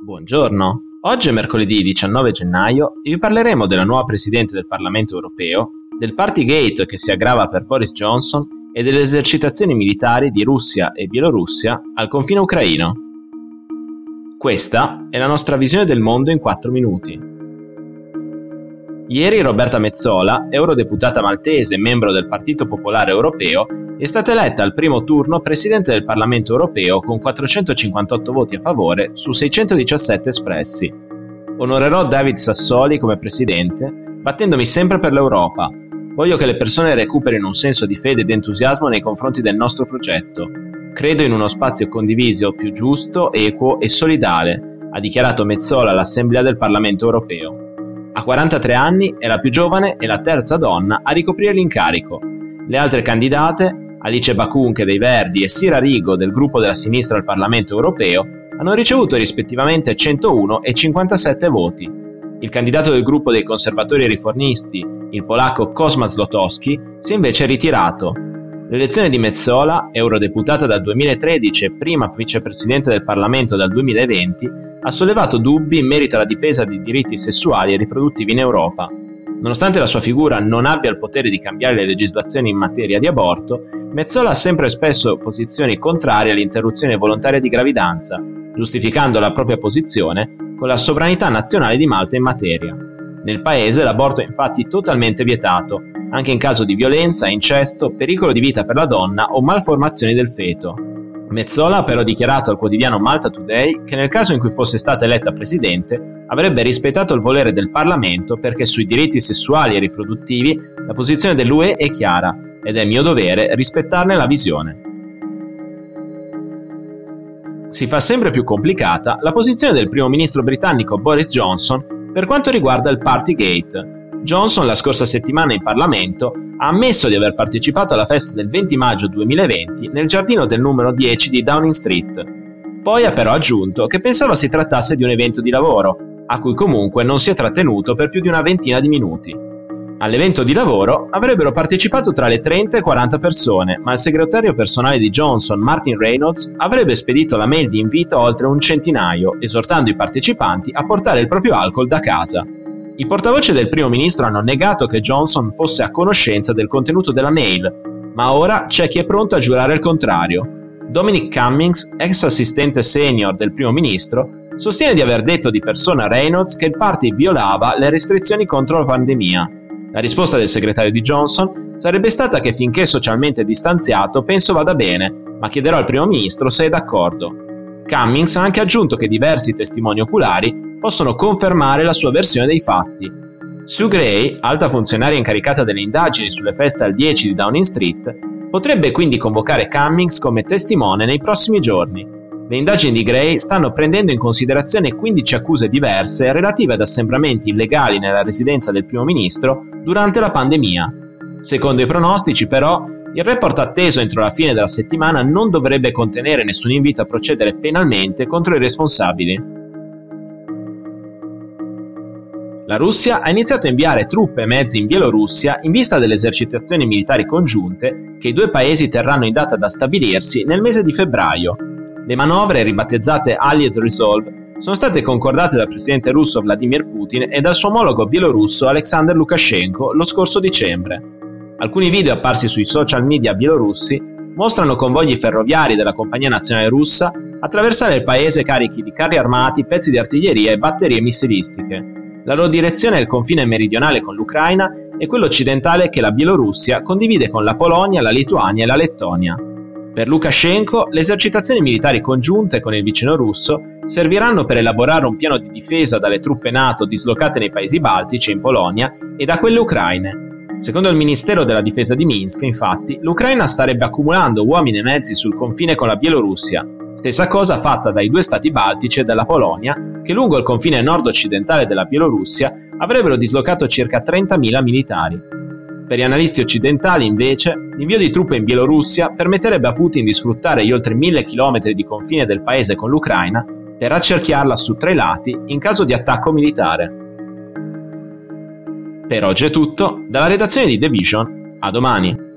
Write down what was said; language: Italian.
Buongiorno, oggi è mercoledì 19 gennaio e vi parleremo della nuova Presidente del Parlamento Europeo, del Partygate che si aggrava per Boris Johnson e delle esercitazioni militari di Russia e Bielorussia al confine ucraino. Questa è la nostra visione del mondo in 4 minuti. Ieri Roberta Metsola, eurodeputata maltese e membro del Partito Popolare Europeo, è stata eletta al primo turno Presidente del Parlamento Europeo con 458 voti a favore su 617 espressi. Onorerò David Sassoli come Presidente, battendomi sempre per l'Europa. Voglio che le persone recuperino un senso di fede ed entusiasmo nei confronti del nostro progetto. Credo in uno spazio condiviso più giusto, equo e solidale, ha dichiarato Metsola all'Assemblea del Parlamento Europeo. A 43 anni è la più giovane e la terza donna a ricoprire l'incarico. Le altre candidate, Alice Bakunke dei Verdi e Sira Rigo del gruppo della sinistra al Parlamento Europeo, hanno ricevuto rispettivamente 101 e 57 voti. Il candidato del gruppo dei conservatori e riformisti, il polacco Kosma Zlotowski, si è invece ritirato. L'elezione di Metsola, eurodeputata dal 2013 e prima vicepresidente del Parlamento dal 2020, ha sollevato dubbi in merito alla difesa dei diritti sessuali e riproduttivi in Europa. Nonostante la sua figura non abbia il potere di cambiare le legislazioni in materia di aborto, Metsola ha sempre espresso posizioni contrarie all'interruzione volontaria di gravidanza, giustificando la propria posizione con la sovranità nazionale di Malta in materia. Nel paese l'aborto è infatti totalmente vietato, anche in caso di violenza, incesto, pericolo di vita per la donna o malformazioni del feto. Metsola ha però dichiarato al quotidiano Malta Today che nel caso in cui fosse stata eletta presidente avrebbe rispettato il volere del Parlamento perché sui diritti sessuali e riproduttivi la posizione dell'UE è chiara ed è mio dovere rispettarne la visione. Si fa sempre più complicata la posizione del primo ministro britannico Boris Johnson per quanto riguarda il Partygate. Johnson la scorsa settimana in Parlamento ha ammesso di aver partecipato alla festa del 20 maggio 2020 nel giardino del numero 10 di Downing Street. Poi ha però aggiunto che pensava si trattasse di un evento di lavoro, a cui comunque non si è trattenuto per più di una ventina di minuti. All'evento di lavoro avrebbero partecipato tra le 30 e 40 persone, ma il segretario personale di Johnson, Martin Reynolds, avrebbe spedito la mail di invito a oltre un centinaio, esortando i partecipanti a portare il proprio alcol da casa. I portavoce del primo ministro hanno negato che Johnson fosse a conoscenza del contenuto della mail, ma ora c'è chi è pronto a giurare il contrario. Dominic Cummings, ex assistente senior del primo ministro, sostiene di aver detto di persona a Reynolds che il party violava le restrizioni contro la pandemia. La risposta del segretario di Johnson sarebbe stata che finché socialmente distanziato penso vada bene, ma chiederò al primo ministro se è d'accordo. Cummings ha anche aggiunto che diversi testimoni oculari possono confermare la sua versione dei fatti. Sue Gray, alta funzionaria incaricata delle indagini sulle feste al 10 di Downing Street, potrebbe quindi convocare Cummings come testimone nei prossimi giorni. Le indagini di Gray stanno prendendo in considerazione 15 accuse diverse relative ad assembramenti illegali nella residenza del primo ministro durante la pandemia. Secondo i pronostici, però, il report atteso entro la fine della settimana non dovrebbe contenere nessun invito a procedere penalmente contro i responsabili. La Russia ha iniziato a inviare truppe e mezzi in Bielorussia in vista delle esercitazioni militari congiunte che i due paesi terranno in data da stabilirsi nel mese di febbraio. Le manovre, ribattezzate Allied Resolve, sono state concordate dal presidente russo Vladimir Putin e dal suo omologo bielorusso Alexander Lukashenko lo scorso dicembre. Alcuni video apparsi sui social media bielorussi mostrano convogli ferroviari della compagnia nazionale russa attraversare il paese carichi di carri armati, pezzi di artiglieria e batterie missilistiche. La loro direzione è il confine meridionale con l'Ucraina e quello occidentale che la Bielorussia condivide con la Polonia, la Lituania e la Lettonia. Per Lukashenko, le esercitazioni militari congiunte con il vicino russo serviranno per elaborare un piano di difesa dalle truppe NATO dislocate nei paesi baltici e in Polonia e da quelle ucraine. Secondo il Ministero della Difesa di Minsk, infatti, l'Ucraina starebbe accumulando uomini e mezzi sul confine con la Bielorussia. Stessa cosa fatta dai due stati baltici e dalla Polonia, che lungo il confine nord-occidentale della Bielorussia avrebbero dislocato circa 30.000 militari. Per gli analisti occidentali, invece, l'invio di truppe in Bielorussia permetterebbe a Putin di sfruttare gli oltre 1.000 km di confine del paese con l'Ucraina per accerchiarla su 3 lati in caso di attacco militare. Per oggi è tutto, dalla redazione di The Vision, a domani.